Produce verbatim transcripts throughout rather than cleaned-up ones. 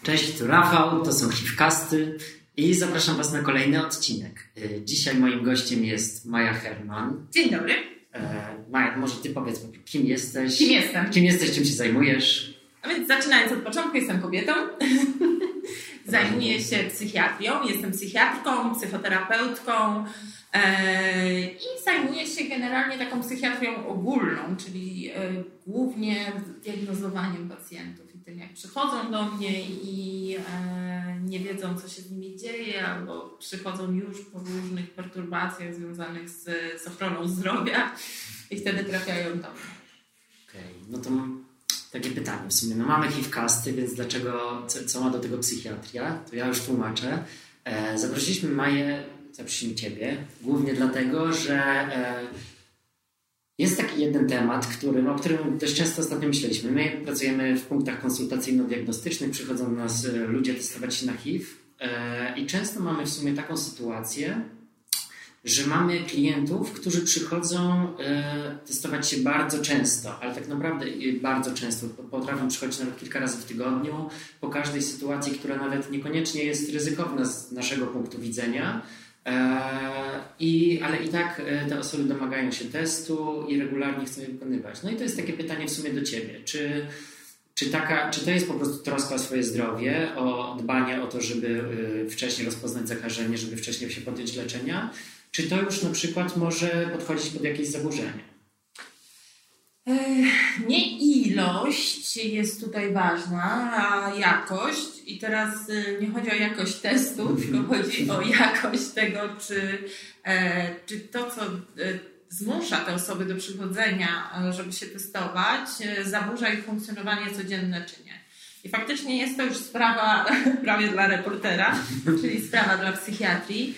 Cześć, tu Rafał, to są HIVcasty i zapraszam Was na kolejny odcinek. Dzisiaj moim gościem jest Maja Herman. Dzień dobry. Maja, może Ty powiedz, kim jesteś? Kim jestem? Kim jesteś, czym się zajmujesz? A więc zaczynając od początku, jestem kobietą. Zajmuję się psychiatrią, jestem psychiatrką, psychoterapeutką i zajmuję się generalnie taką psychiatrią ogólną, czyli głównie diagnozowaniem pacjentów i tym, jak przychodzą do mnie i nie wiedzą, co się z nimi dzieje, albo przychodzą już po różnych perturbacjach związanych z, z ochroną zdrowia i wtedy trafiają do mnie. Okej, okay, no to mam takie pytanie w sumie. No mamy HIVcasty, więc dlaczego, co, co ma do tego psychiatria? To ja już tłumaczę. E, zaprosiliśmy Maję, zaprosiliśmy Ciebie, głównie dlatego, że e, jest taki jeden temat, który, o którym dość często ostatnio myśleliśmy. My pracujemy w punktach konsultacyjno-diagnostycznych, przychodzą do nas ludzie testować się na H I V e, i często mamy w sumie taką sytuację, że mamy klientów, którzy przychodzą e, testować się bardzo często, ale tak naprawdę bardzo często, potrafią przychodzić nawet kilka razy w tygodniu, po każdej sytuacji, która nawet niekoniecznie jest ryzykowna z naszego punktu widzenia, e, i, ale i tak e, te osoby domagają się testu i regularnie chcą je wykonywać. No i to jest takie pytanie w sumie do Ciebie. Czy, czy, taka, czy to jest po prostu troska o swoje zdrowie, o dbanie o to, żeby e, wcześniej rozpoznać zakażenie, żeby wcześniej się podjąć leczenia? Czy to już na przykład może podchodzić pod jakieś zaburzenie? Nie ilość jest tutaj ważna, a jakość. I teraz nie chodzi o jakość testu, tylko chodzi o jakość tego, czy, czy to, co zmusza te osoby do przychodzenia, żeby się testować, zaburza ich funkcjonowanie codzienne, czy nie. I faktycznie jest to już sprawa prawie dla reportera, czyli sprawa dla psychiatrii.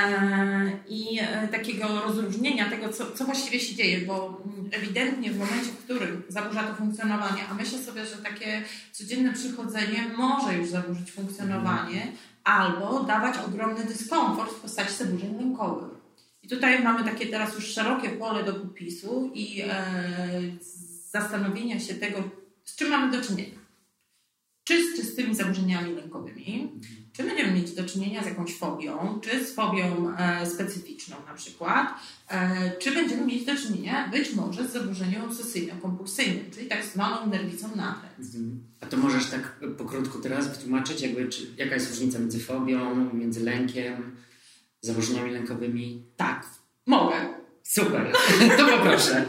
I takiego rozróżnienia tego, co, co właściwie się dzieje, bo ewidentnie w momencie, w którym zaburza to funkcjonowanie, a myślę sobie, że takie codzienne przychodzenie może już zaburzyć funkcjonowanie albo dawać ogromny dyskomfort w postaci zaburzeń lękowych. I tutaj mamy takie teraz już szerokie pole do popisu i e, zastanowienia się tego, z czym mamy do czynienia. Czy z czystymi zaburzeniami lękowymi, czy będziemy mieć do czynienia z jakąś fobią, czy z fobią e, specyficzną na przykład, e, czy będziemy mieć do czynienia być może z zaburzeniem obsesyjno-kompulsyjnym, czyli tak zwaną nerwicą natręt. A to możesz tak pokrótku teraz wytłumaczyć, jakby, czy, jaka jest różnica między fobią, między lękiem, zaburzeniami lękowymi? Tak, mogę. Super, to poproszę.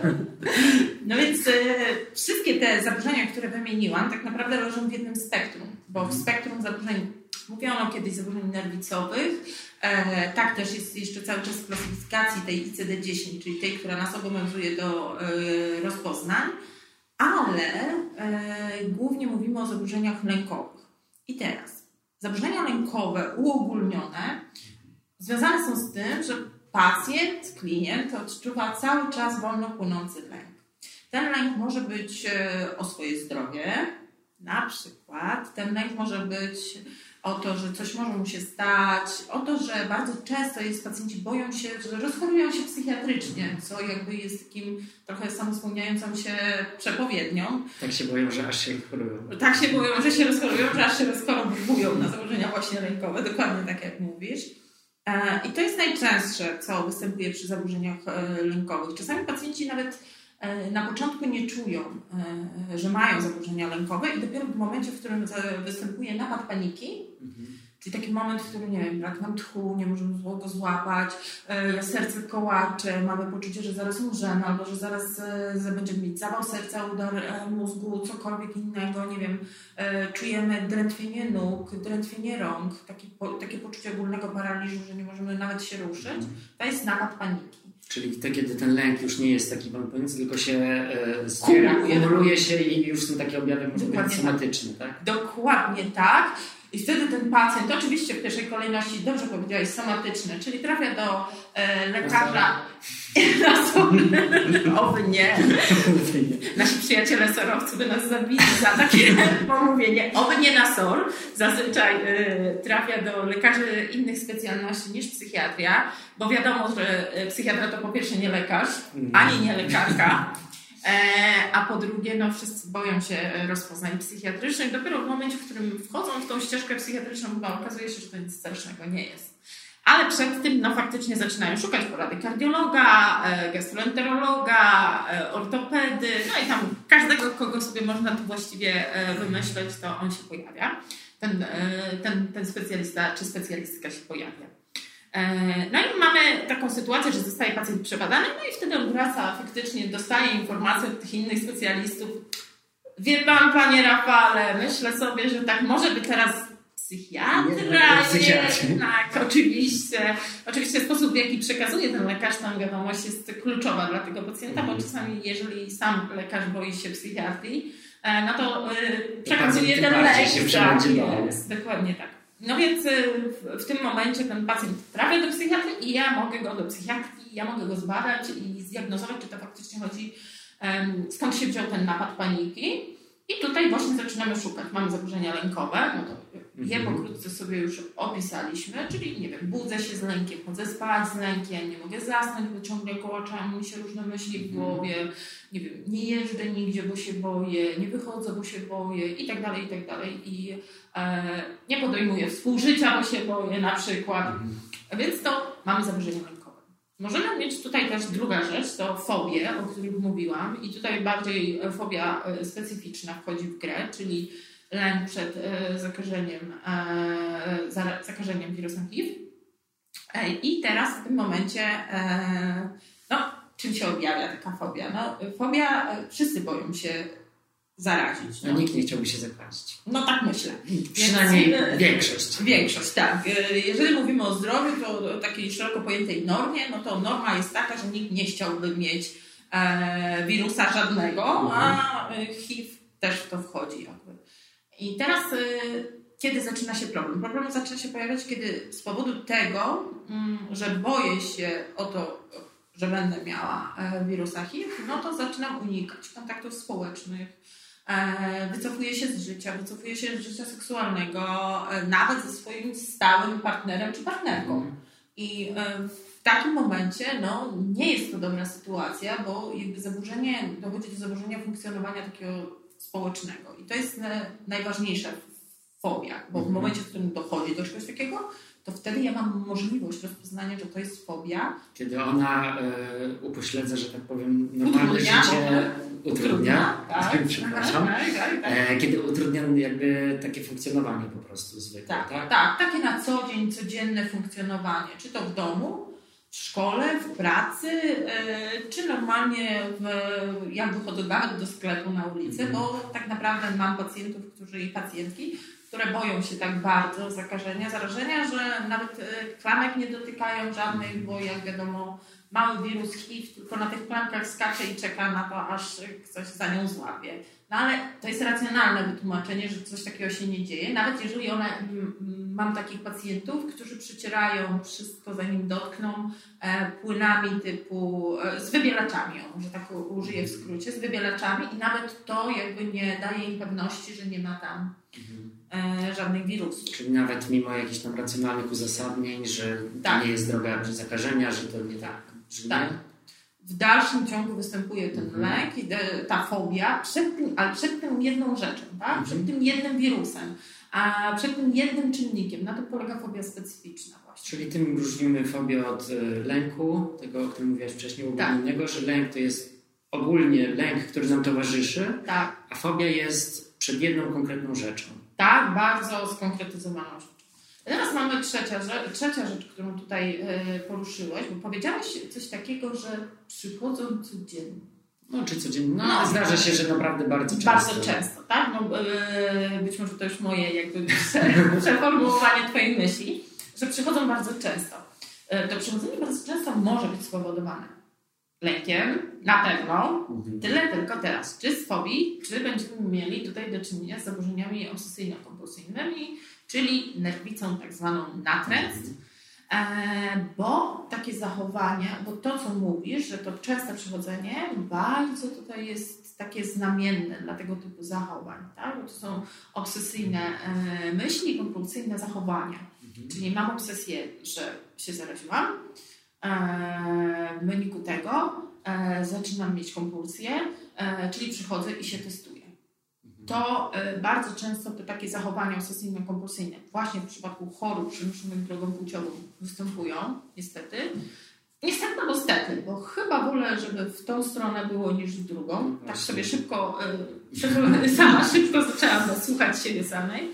No więc e, wszystkie te zaburzenia, które wymieniłam, tak naprawdę leżą w jednym spektrum, bo w spektrum zaburzeń mówiono kiedyś zaburzeń nerwicowych, e, tak też jest jeszcze cały czas w klasyfikacji tej I C D dziesięć, czyli tej, która nas obowiązuje do e, rozpoznań, ale e, głównie mówimy o zaburzeniach lękowych. I teraz, zaburzenia lękowe uogólnione związane są z tym, że pacjent, klient odczuwa cały czas wolno płynący lęk. Ten lęk może być o swoje zdrowie, na przykład. Ten lęk może być o to, że coś może mu się stać, o to, że bardzo często jest, pacjenci boją się, że rozchorują się psychiatrycznie, co jakby jest takim trochę samospełniającą się przepowiednią. Tak się boją, że aż się rozchorują. Tak się boją, że się rozchorują, że aż się rozchorowują na zaburzenia właśnie lękowe, dokładnie tak jak mówisz. I to jest najczęstsze, co występuje przy zaburzeniach lękowych. Czasami pacjenci nawet na początku nie czują, że mają zaburzenia lękowe i dopiero w momencie, w którym występuje napad paniki, mhm. czyli taki moment, w którym, nie wiem, brak nam tchu, nie możemy go złapać, serce kołacze, mamy poczucie, że zaraz umrzemy albo że zaraz będziemy mieć zawał serca, udar mózgu, cokolwiek innego, nie wiem, czujemy drętwienie nóg, drętwienie rąk, takie, takie poczucie ogólnego paraliżu, że nie możemy nawet się ruszyć, mhm. to jest napad paniki. Czyli to, kiedy ten lęk już nie jest taki wątpiący, tylko się e, zbiera, kumuluje się i już są takie objawy może być somatyczne, tak? Dokładnie tak. I wtedy ten pacjent, oczywiście w pierwszej kolejności, dobrze powiedziałeś, somatyczny, czyli trafia do e, lekarza. Na SOR. Oby nie. Nasi przyjaciele sorowcy by nas zabili za takie pomówienie. Oby nie na SOR. Zazwyczaj y, trafia do lekarzy innych specjalności niż psychiatria, bo wiadomo, że psychiatra to po pierwsze nie lekarz, ani nie lekarka. a po drugie, no wszyscy boją się rozpoznań psychiatrycznych. Dopiero w momencie, w którym wchodzą w tą ścieżkę psychiatryczną, no, okazuje się, że to nic strasznego nie jest. Ale przed tym no, faktycznie zaczynają szukać porady kardiologa, gastroenterologa, ortopedy, no i tam każdego, kogo sobie można tu właściwie wymyśleć, to on się pojawia. Ten, ten, ten specjalista czy specjalistka się pojawia. No i mamy taką sytuację, że zostaje pacjent przebadany, no i wtedy on wraca, faktycznie dostaje informacje od tych innych specjalistów. Wie pan, panie Rafale, myślę sobie, że tak może by teraz psychiatra jednak, oczywiście. Oczywiście sposób, w jaki przekazuje ten lekarz tę wiadomość jest kluczowa dla tego pacjenta, bo czasami jeżeli sam lekarz boi się psychiatrii, no to yy, przekazuje ten lek. Jest, dokładnie tak. No więc w, w tym momencie ten pacjent trafia do psychiatry i ja mogę go do psychiatrii, ja mogę go zbadać i zdiagnozować, czy to faktycznie chodzi, um, skąd się wziął ten napad paniki. I tutaj właśnie zaczynamy szukać. Mamy zaburzenia lękowe, no to je pokrótce sobie już opisaliśmy, czyli nie wiem, budzę się z lękiem, chodzę spać z lękiem, nie mogę zasnąć, bo ciągle kołaczą mi się różne myśli w głowie, nie wiem, nie jeżdżę nigdzie, bo się boję, nie wychodzę, bo się boję i tak dalej, i tak dalej. I e, nie podejmuję współżycia, bo się boję na przykład. Więc to mamy zaburzenia lękowe. Możemy mieć tutaj też druga rzecz, to fobie, o których mówiłam i tutaj bardziej fobia specyficzna wchodzi w grę, czyli lęk przed zakażeniem, zakażeniem wirusem H I V. I teraz w tym momencie, no, czym się objawia taka fobia? No, fobia, wszyscy boją się zarazić. No. No nikt nie chciałby się zakazić. No tak myślę. Przynajmniej Więc, większość. Większość, tak. Jeżeli mówimy o zdrowiu, to o takiej szeroko pojętej normie, no to norma jest taka, że nikt nie chciałby mieć e, wirusa żadnego, mhm. a H I V też w to wchodzi. Jakby. I teraz e, kiedy zaczyna się problem? Problem zaczyna się pojawiać, kiedy z powodu tego, m, że boję się o to, że będę miała e, wirusa H I V, no to zaczynam unikać kontaktów społecznych, wycofuję się z życia, wycofuję się z życia seksualnego, nawet ze swoim stałym partnerem czy partnerką. I w takim momencie no, nie jest to dobra sytuacja, bo jakby zaburzenie, dochodzi do zaburzenia funkcjonowania takiego społecznego. I to jest najważniejsza fobia, bo w momencie, w którym dochodzi do czegoś takiego, to wtedy ja mam możliwość rozpoznania, że to jest fobia. Kiedy ona y, upośledza, że tak powiem, normalne utrudnia, życie utrudnia, utrudnia tak, przepraszam, tak, tak, tak. E, kiedy utrudnia jakby takie funkcjonowanie po prostu zwykłe, tak, tak? Tak, takie na co dzień, codzienne funkcjonowanie, czy to w domu, w szkole, w pracy, y, czy normalnie w, jak wychodzę nawet do sklepu na ulicy, mm. bo tak naprawdę mam pacjentów, którzy i pacjentki, które boją się tak bardzo zakażenia, zarażenia, że nawet klamek nie dotykają żadnych, bo jak wiadomo, mały wirus H I V tylko na tych klamkach skacze i czeka na to, aż ktoś za nią złapie. No ale to jest racjonalne wytłumaczenie, że coś takiego się nie dzieje. Nawet jeżeli one, mam takich pacjentów, którzy przycierają wszystko zanim dotkną e, płynami typu, e, z wybielaczami, o, może tak użyję w skrócie, z wybielaczami i nawet to jakby nie daje im pewności, że nie ma tam e, żadnych wirusów. Czyli nawet mimo jakichś tam racjonalnych uzasadnień, że tak. to nie jest droga zakażenia, że to nie tak. Że tak. Nie? W dalszym ciągu występuje ten mhm. lęk i ta fobia, przed tym, ale przed tym jedną rzeczą, tak? Mhm. Przed tym jednym wirusem, a przed tym jednym czynnikiem. Na to polega fobia specyficzna właśnie. Czyli tym różnimy fobię od lęku, tego, o którym mówiłaś wcześniej, ogólnego, tak. że lęk to jest ogólnie lęk, który nam towarzyszy, tak. a fobia jest przed jedną konkretną rzeczą. Tak, bardzo skonkretyzowaną rzeczą. Teraz mamy trzecia rzecz, trzecia rzecz, którą tutaj y, poruszyłeś, bo powiedziałeś coś takiego, że przychodzą codziennie. No, czy codziennie? No, no zdarza się, że naprawdę bardzo często. Bardzo często, tak? No, y, być może to już moje jakby przeformułowanie twojej myśli, że przychodzą bardzo często. Y, to przychodzenie bardzo często może być spowodowane lękiem, na pewno. Mhm. Tyle tylko teraz. Czy z fobii, czy będziemy mieli tutaj do czynienia z zaburzeniami obsesyjno-kompulsyjnymi, czyli nerwicą tak zwaną natręst, e, bo takie zachowania, bo to co mówisz, że to częste przychodzenie bardzo tutaj jest takie znamienne dla tego typu zachowań, tak? Bo to są obsesyjne e, myśli, kompulsyjne zachowania. Mhm. Czyli mam obsesję, że się zaraziłam, e, w wyniku tego e, zaczynam mieć kompulsję, e, czyli przychodzę i się testuję. To e, bardzo często te takie zachowania obsesyjno-kompulsyjne właśnie w przypadku chorób przenoszonych drogą płciową występują, niestety. Niestety, no bo stety, bo chyba wolę, żeby w tą stronę było niż w drugą. Tak sobie szybko, e, sama szybko zaczęłam słuchać siebie samej.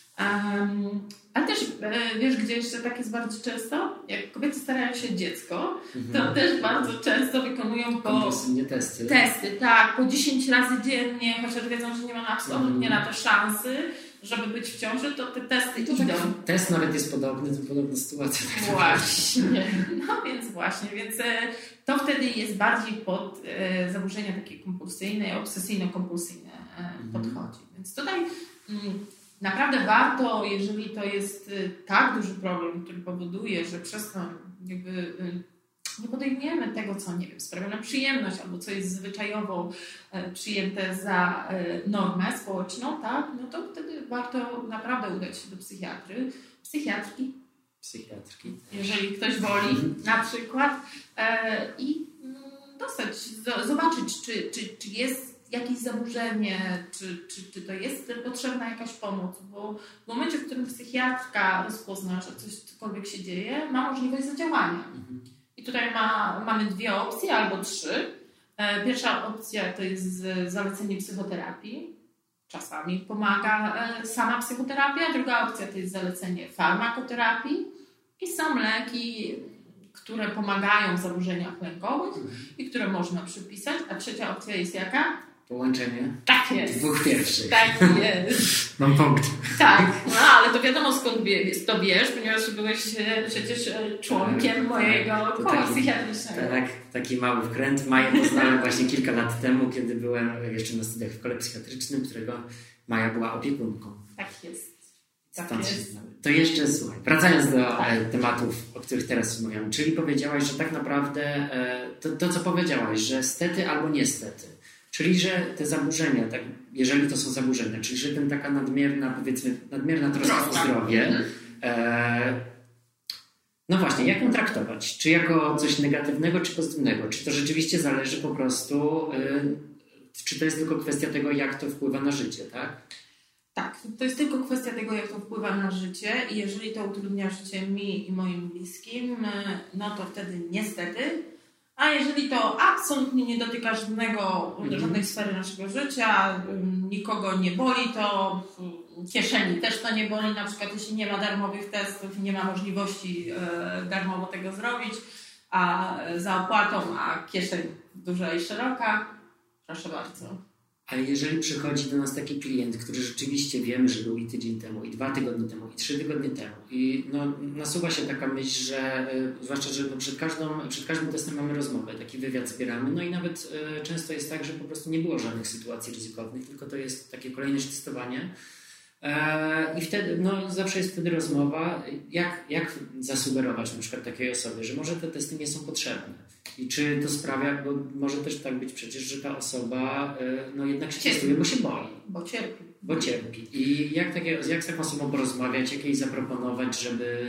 Um, ale też e, wiesz, gdzie jeszcze tak jest bardzo często? Jak kobiety starają się dziecko, to mhm. też bardzo często wykonują po testy. testy, tak, po dziesięć razy dziennie, chociaż wiedzą, że nie ma absolutnie mhm. na to szansy, żeby być w ciąży, to te testy to idą. Tak, test nawet jest podobny, to podobna sytuacja. Tak właśnie, no więc właśnie, więc e, to wtedy jest bardziej pod e, zaburzenia takie kompulsyjne, obsesyjno-kompulsyjne e, mhm. podchodzi. Więc tutaj mm, naprawdę warto, jeżeli to jest tak duży problem, który powoduje, że przez to jakby nie podejmiemy tego, co nie wiem, sprawia nam przyjemność albo co jest zwyczajowo przyjęte za normę społeczną, tak, no to wtedy warto naprawdę udać się do psychiatry, psychiatrki, psychiatrki. jeżeli ktoś woli na przykład i dostać, zobaczyć, czy, czy, czy jest jakieś zaburzenie, czy, czy, czy to jest potrzebna jakaś pomoc, bo w momencie, w którym psychiatrka rozpozna, że coś cokolwiek się dzieje, ma możliwość zadziałania. Mhm. I tutaj ma, mamy dwie opcje albo trzy. Pierwsza opcja to jest zalecenie psychoterapii. Czasami pomaga sama psychoterapia. Druga opcja to jest zalecenie farmakoterapii. I są leki, które pomagają w zaburzeniach lękowych mhm. i które można przypisać. A trzecia opcja jest jaka? Połączenie tak jest. dwóch pierwszych. Tak jest. Mam punkt. Tak, no ale to wiadomo skąd to wiesz, ponieważ byłeś przecież członkiem tak, mojego koła taki, psychiatrycznego. Tak, taki mały wkręt. Maję poznałem właśnie kilka lat temu, kiedy byłem jeszcze na studiach w kole psychiatrycznym, którego Maja była opiekunką. Tak jest. Tak Stąd jest. To jeszcze, słuchaj, wracając do tak. tematów, o których teraz rozmawiamy, czyli powiedziałaś, że tak naprawdę to, to co powiedziałaś, że stety albo niestety. Czyli, że te zaburzenia, tak, jeżeli to są zaburzenia, czyli, że ten taka nadmierna, powiedzmy, nadmierna troska o zdrowie, e, no właśnie, jak ją traktować? Czy jako coś negatywnego, czy pozytywnego? Czy to rzeczywiście zależy po prostu, e, czy to jest tylko kwestia tego, jak to wpływa na życie, tak? Tak, to jest tylko kwestia tego, jak to wpływa na życie i jeżeli to utrudnia życie mi i moim bliskim, no to wtedy niestety. A jeżeli to absolutnie nie dotyka żadnego, mm. żadnej sfery naszego życia, nikogo nie boli, to w kieszeni też to nie boli. Na przykład jeśli nie ma darmowych testów i nie ma możliwości e, darmowo tego zrobić, a za opłatą, a kieszeń duża i szeroka, proszę bardzo. Ale jeżeli przychodzi do nas taki klient, który rzeczywiście wiemy, że był i tydzień temu, i dwa tygodnie temu, i trzy tygodnie temu, i no, nasuwa się taka myśl, że y, zwłaszcza, że no, przed, każdą, przed każdym testem mamy rozmowę, taki wywiad zbieramy, no i nawet y, często jest tak, że po prostu nie było żadnych sytuacji ryzykownych, tylko to jest takie kolejne testowanie. E, I wtedy, no zawsze jest wtedy rozmowa, jak, jak zasugerować na przykład takiej osobie, że może te testy nie są potrzebne. I czy to sprawia, bo może też tak być przecież, że ta osoba no jednak się cierpi. testuje, bo się boi. Bo cierpi. Bo cierpi. I jak, takie, jak z taką osobą porozmawiać, jak jej zaproponować, żeby,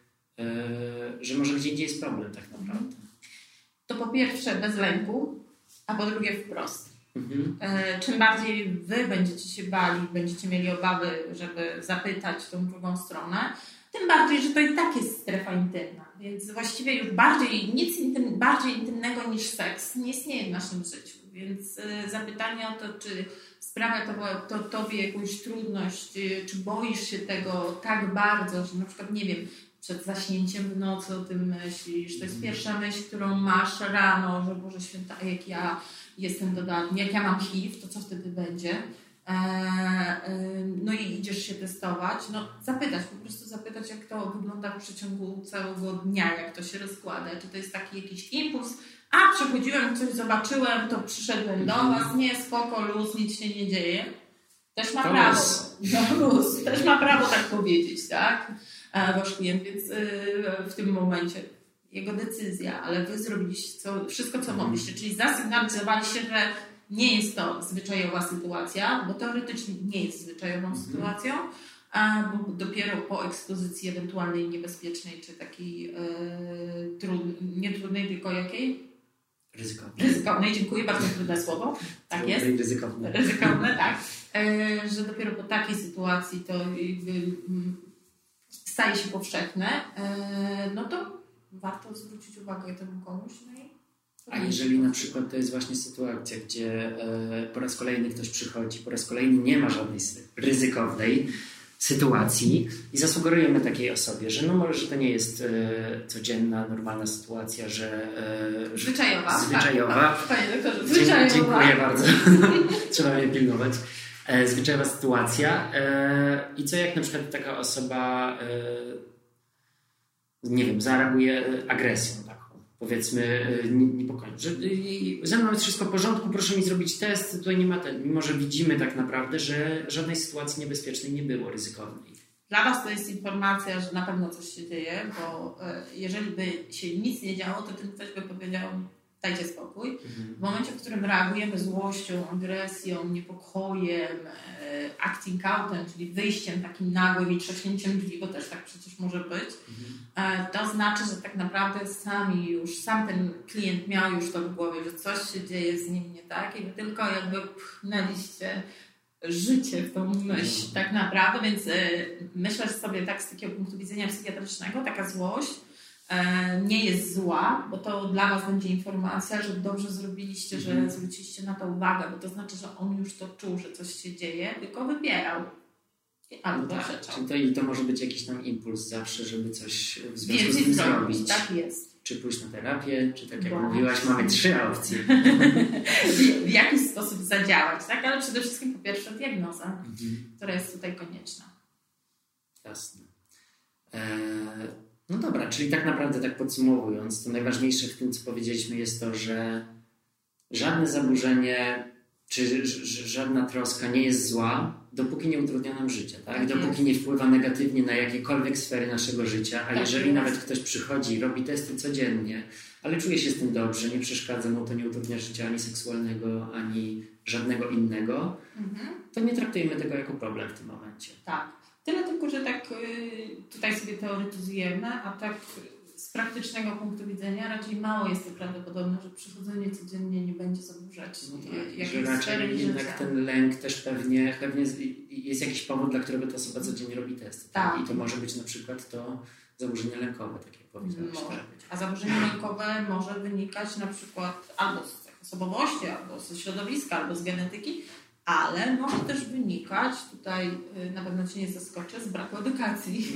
że może gdzie indziej jest problem tak naprawdę? To po pierwsze bez lęku, a po drugie wprost. Mhm. Czym bardziej wy będziecie się bali, będziecie mieli obawy, żeby zapytać tą drugą stronę, tym bardziej, że to i tak jest strefa intymna. Więc właściwie już bardziej, nic intym, bardziej intymnego niż seks nie istnieje w naszym życiu. Więc y, zapytanie o to, czy sprawia to, to tobie jakąś trudność, y, czy boisz się tego tak bardzo, że na przykład, nie wiem, przed zaśnięciem w nocy o tym myślisz. To jest pierwsza myśl, którą masz rano, że Boże Święta, jak ja jestem dodatni, jak ja mam H I V, to co wtedy będzie? No i idziesz się testować, no zapytać, po prostu zapytać, jak to wygląda w przeciągu całego dnia, jak to się rozkłada, czy to jest taki jakiś impuls, a przechodziłem, coś zobaczyłem, to przyszedłem do was, nie, spoko, luz, nic się nie dzieje. Też ma to prawo, no, luz, też ma prawo tak powiedzieć, tak? Wasz klient, więc w tym momencie jego decyzja, ale wy zrobiliście co, wszystko, co mogliście, czyli zasygnalizowaliście, że nie jest to zwyczajowa sytuacja, bo teoretycznie nie jest zwyczajową mhm. sytuacją, a bo dopiero po ekspozycji ewentualnej niebezpiecznej, czy takiej e, trud, nie trudnej, tylko jakiej? Ryzykowne. Ryzykowne, dziękuję, bardzo trudne słowo. Tak to jest. Ryzykowne. Ryzykowne, tak. E, że dopiero po takiej sytuacji to jakby m, staje się powszechne, e, no to warto zwrócić uwagę temu komuś. No i a jeżeli na przykład to jest właśnie sytuacja, gdzie e, po raz kolejny ktoś przychodzi, po raz kolejny nie ma żadnej ryzykownej sytuacji i zasugerujemy takiej osobie, że no może że to nie jest e, codzienna, normalna sytuacja, że... E, zwyczajowa. Zwyczajowa. Tak, tak, panie doktorze, zwyczajowa. Dziękuję bardzo. Trzeba mnie pilnować. E, zwyczajowa sytuacja. E, I co jak na przykład taka osoba e, nie wiem, zareaguje agresją taką, powiedzmy niepokojnie, że ze mną jest wszystko w porządku, proszę mi zrobić test, tutaj nie ma ten, mimo że widzimy tak naprawdę, że żadnej sytuacji niebezpiecznej nie było, ryzykownej. Dla Was to jest informacja, że na pewno coś się dzieje, bo jeżeli by się nic nie działo, to ten ktoś by powiedział, dajcie spokój. Mhm. W momencie, w którym reagujemy złością, agresją, niepokojem, acting outem, czyli wyjściem takim nagłym i trzaśnięciem drzwi, bo też tak przecież może być, mhm. to znaczy, że tak naprawdę sami już, sam ten klient miał już to w głowie, że coś się dzieje z nim nie tak i wy tylko jakby pchnęliście życie w tą myśl mhm. tak naprawdę, więc myślę sobie tak z takiego punktu widzenia psychiatrycznego, taka złość nie jest zła, bo to dla Was będzie informacja, że dobrze zrobiliście, że mm. zwróciliście na to uwagę, bo to znaczy, że on już to czuł, że coś się dzieje, tylko wybierał. Albo no tak, czyli to, i to może być jakiś tam impuls zawsze, zawsze, żeby coś w związku z tym zrobić. zrobić. Tak jest. Czy pójść na terapię, czy tak jak bo. mówiłaś, mamy trzy opcje. W jakiś sposób zadziałać, tak? Ale przede wszystkim po pierwsze diagnoza, mhm. która jest tutaj konieczna. Jasne. Eee... No dobra, czyli tak naprawdę tak podsumowując, to najważniejsze w tym, co powiedzieliśmy, jest to, że żadne zaburzenie czy żadna troska nie jest zła, dopóki nie utrudnia nam życia, tak? tak dopóki nie wpływa negatywnie na jakiekolwiek sfery naszego życia, a tak jeżeli jest. Nawet ktoś przychodzi, robi testy codziennie, ale czuje się z tym dobrze, nie przeszkadza mu to, nie utrudnia życia ani seksualnego, ani żadnego innego, mhm. to nie traktujemy tego jako problem w tym momencie. Tak. Tyle tylko, że tak tutaj sobie teoretyzujemy, a tak z praktycznego punktu widzenia raczej mało jest to prawdopodobne, że przychodzenie codziennie nie będzie zaburzać no tak, jakiejś że raczej jednak życia. Ten lęk też pewnie, pewnie jest jakiś powód, dla którego ta osoba codziennie robi testy. Tak? Tak. I to może być na przykład to zaburzenie lękowe, tak jak powiedziałeś. Może tak? być. A zaburzenie lękowe może wynikać na przykład albo z osobowości, albo ze środowiska, albo z genetyki, ale może też wynikać, tutaj na pewno Cię nie zaskoczę, z braku edukacji.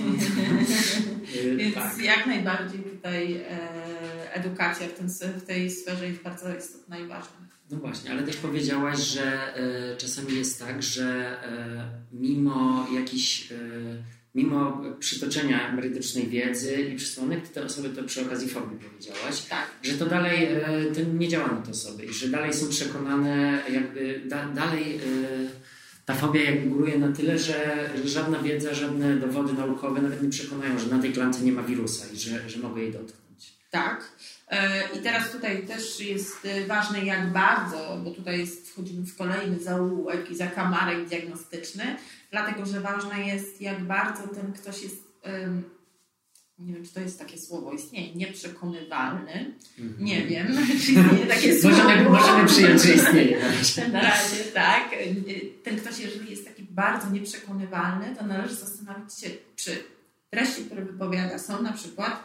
Więc tak. jak najbardziej tutaj e, edukacja w, tym, w tej sferze jest bardzo istotna i ważna. No właśnie, ale też powiedziałaś, że e, czasami jest tak, że e, mimo jakichś, e, mimo przytoczenia merytorycznej wiedzy i przesłanek, te osoby to przy okazji fobii powiedziałaś, tak. że to dalej e, to nie działa na te osoby i że dalej są przekonane, jakby da, dalej e, ta fobia jakby góruje na tyle, że, że żadna wiedza, żadne dowody naukowe nawet nie przekonają, że na tej klance nie ma wirusa i że, że mogę jej dotknąć. Tak. I teraz tutaj też jest ważne, jak bardzo, bo tutaj jest, wchodzimy w kolejny zaułek i zakamarek diagnostyczny, dlatego że ważne jest, jak bardzo ten ktoś jest, um, nie wiem, czy to jest takie słowo, istnieje, nieprzekonywalny. Mm-hmm. Nie wiem, czy istnieje takie słowo. Możemy, możemy przyjąć, że istnieje. Na razie, tak. Ten ktoś, jeżeli jest taki bardzo nieprzekonywalny, to należy zastanowić się, czy treści, które wypowiada, są na przykład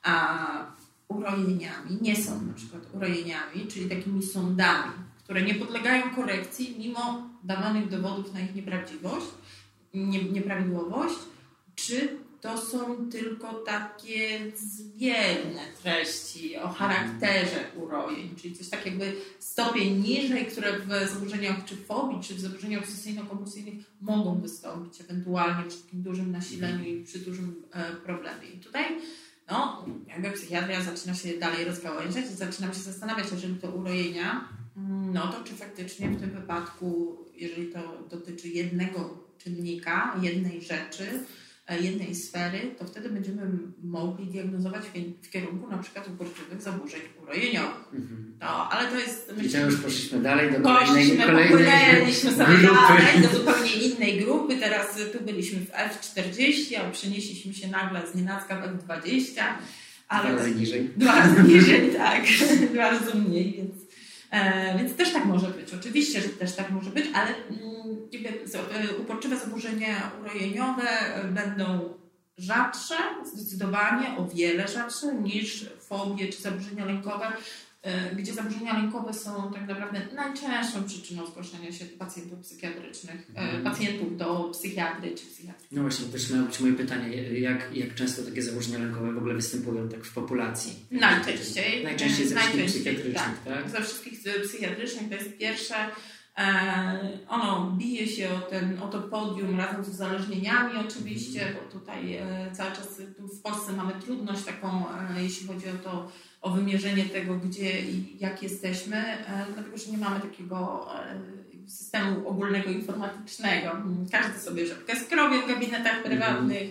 a, urojeniami, nie są na przykład urojeniami, czyli takimi sądami, które nie podlegają korekcji mimo dawanych dowodów na ich nieprawdziwość, nie, nieprawidłowość, czy to są tylko takie zwierne treści o charakterze urojeń, czyli coś tak jakby stopień niżej, które w zaburzeniach czy fobii, czy w zaburzeniach obsesyjno-kompulsyjnych mogą wystąpić, ewentualnie przy takim dużym nasileniu i przy dużym e, problemie. I tutaj no, jakby psychiatria zaczyna się dalej rozgałęziać i zaczynam się zastanawiać, jeżeli to urojenia, no to czy faktycznie w tym wypadku, jeżeli to dotyczy jednego czynnika, jednej rzeczy, jednej sfery, to wtedy będziemy mogli diagnozować w kierunku na przykład uporczywych zaburzeń urojeniowych. Mm-hmm. No, ale to jest... I to już poszliśmy dalej do kolejnej, kolejnej sobie dalej do zupełnie innej grupy. Teraz tu byliśmy w F czterdzieści, a przenieśliśmy się nagle z nienacka w F dwadzieścia. Ale dwa razy niżej. Dwa razy niżej, tak. Dwa razy mniej, więc, e, więc też tak może być. Oczywiście, że też tak może być, ale mm, uporczywe zaburzenia urojeniowe będą rzadsze, zdecydowanie o wiele rzadsze niż fobie czy zaburzenia lękowe, gdzie zaburzenia lękowe są tak naprawdę najczęstszą przyczyną zgłaszania się pacjentów psychiatrycznych, mm. pacjentów do psychiatry czy psychiatrii. No właśnie, to też miało być moje pytanie, jak, jak często takie zaburzenia lękowe w ogóle występują tak w populacji? Najczęściej. Najczęściej ze wszystkich psychiatrycznych, tak? tak? Ze wszystkich psychiatrycznych to jest pierwsze. Ono bije się o, ten, o to podium razem z uzależnieniami oczywiście, bo tutaj cały czas w Polsce mamy trudność taką, jeśli chodzi o to, o wymierzenie tego, gdzie i jak jesteśmy, dlatego że nie mamy takiego systemu ogólnego informatycznego. Każdy sobie rzepkę skrobie w gabinetach prywatnych.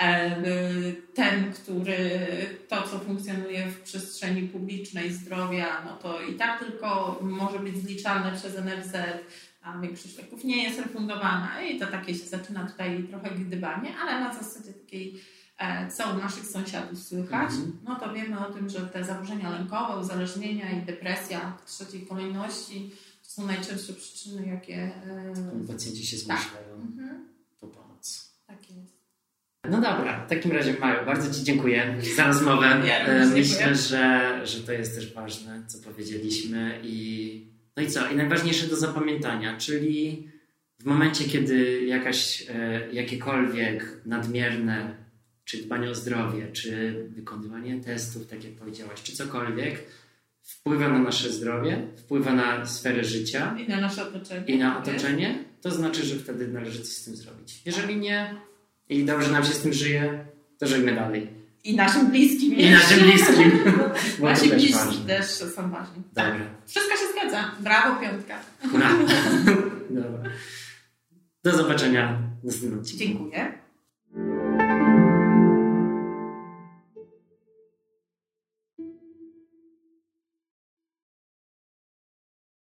Ten, który to, co funkcjonuje w przestrzeni publicznej zdrowia, no to i tak tylko może być zliczalne przez N F Z, a większość leków nie jest refundowana i to takie się zaczyna tutaj trochę gdybanie, ale na zasadzie takiej, co u naszych sąsiadów słychać, no to wiemy o tym, że te zaburzenia lękowe, uzależnienia i depresja w trzeciej kolejności są najczęstsze przyczyny, jakie pacjenci się zgłaszają tak. po pomoc. Tak jest. No dobra, w takim razie Maju, bardzo Ci dziękuję za rozmowę. Ja Myślę, że, że to jest też ważne, co powiedzieliśmy i no i co? I najważniejsze do zapamiętania, czyli w momencie, kiedy jakaś, jakiekolwiek nadmierne czy dbanie o zdrowie, czy wykonywanie testów, tak jak powiedziałaś, czy cokolwiek wpływa na nasze zdrowie, wpływa na sferę życia i na nasze otoczenie, i na otoczenie, to znaczy, że wtedy należy coś z tym zrobić. Jeżeli nie i dobrze nam się z tym żyje, to żyjmy dalej. I naszym bliskim. I naszym bliskim. Nasi bliscy też są ważni. Dobra. Wszystko się zgadza. Brawo, piątka. Dobra. Do zobaczenia w następnym odcinku. Dziękuję.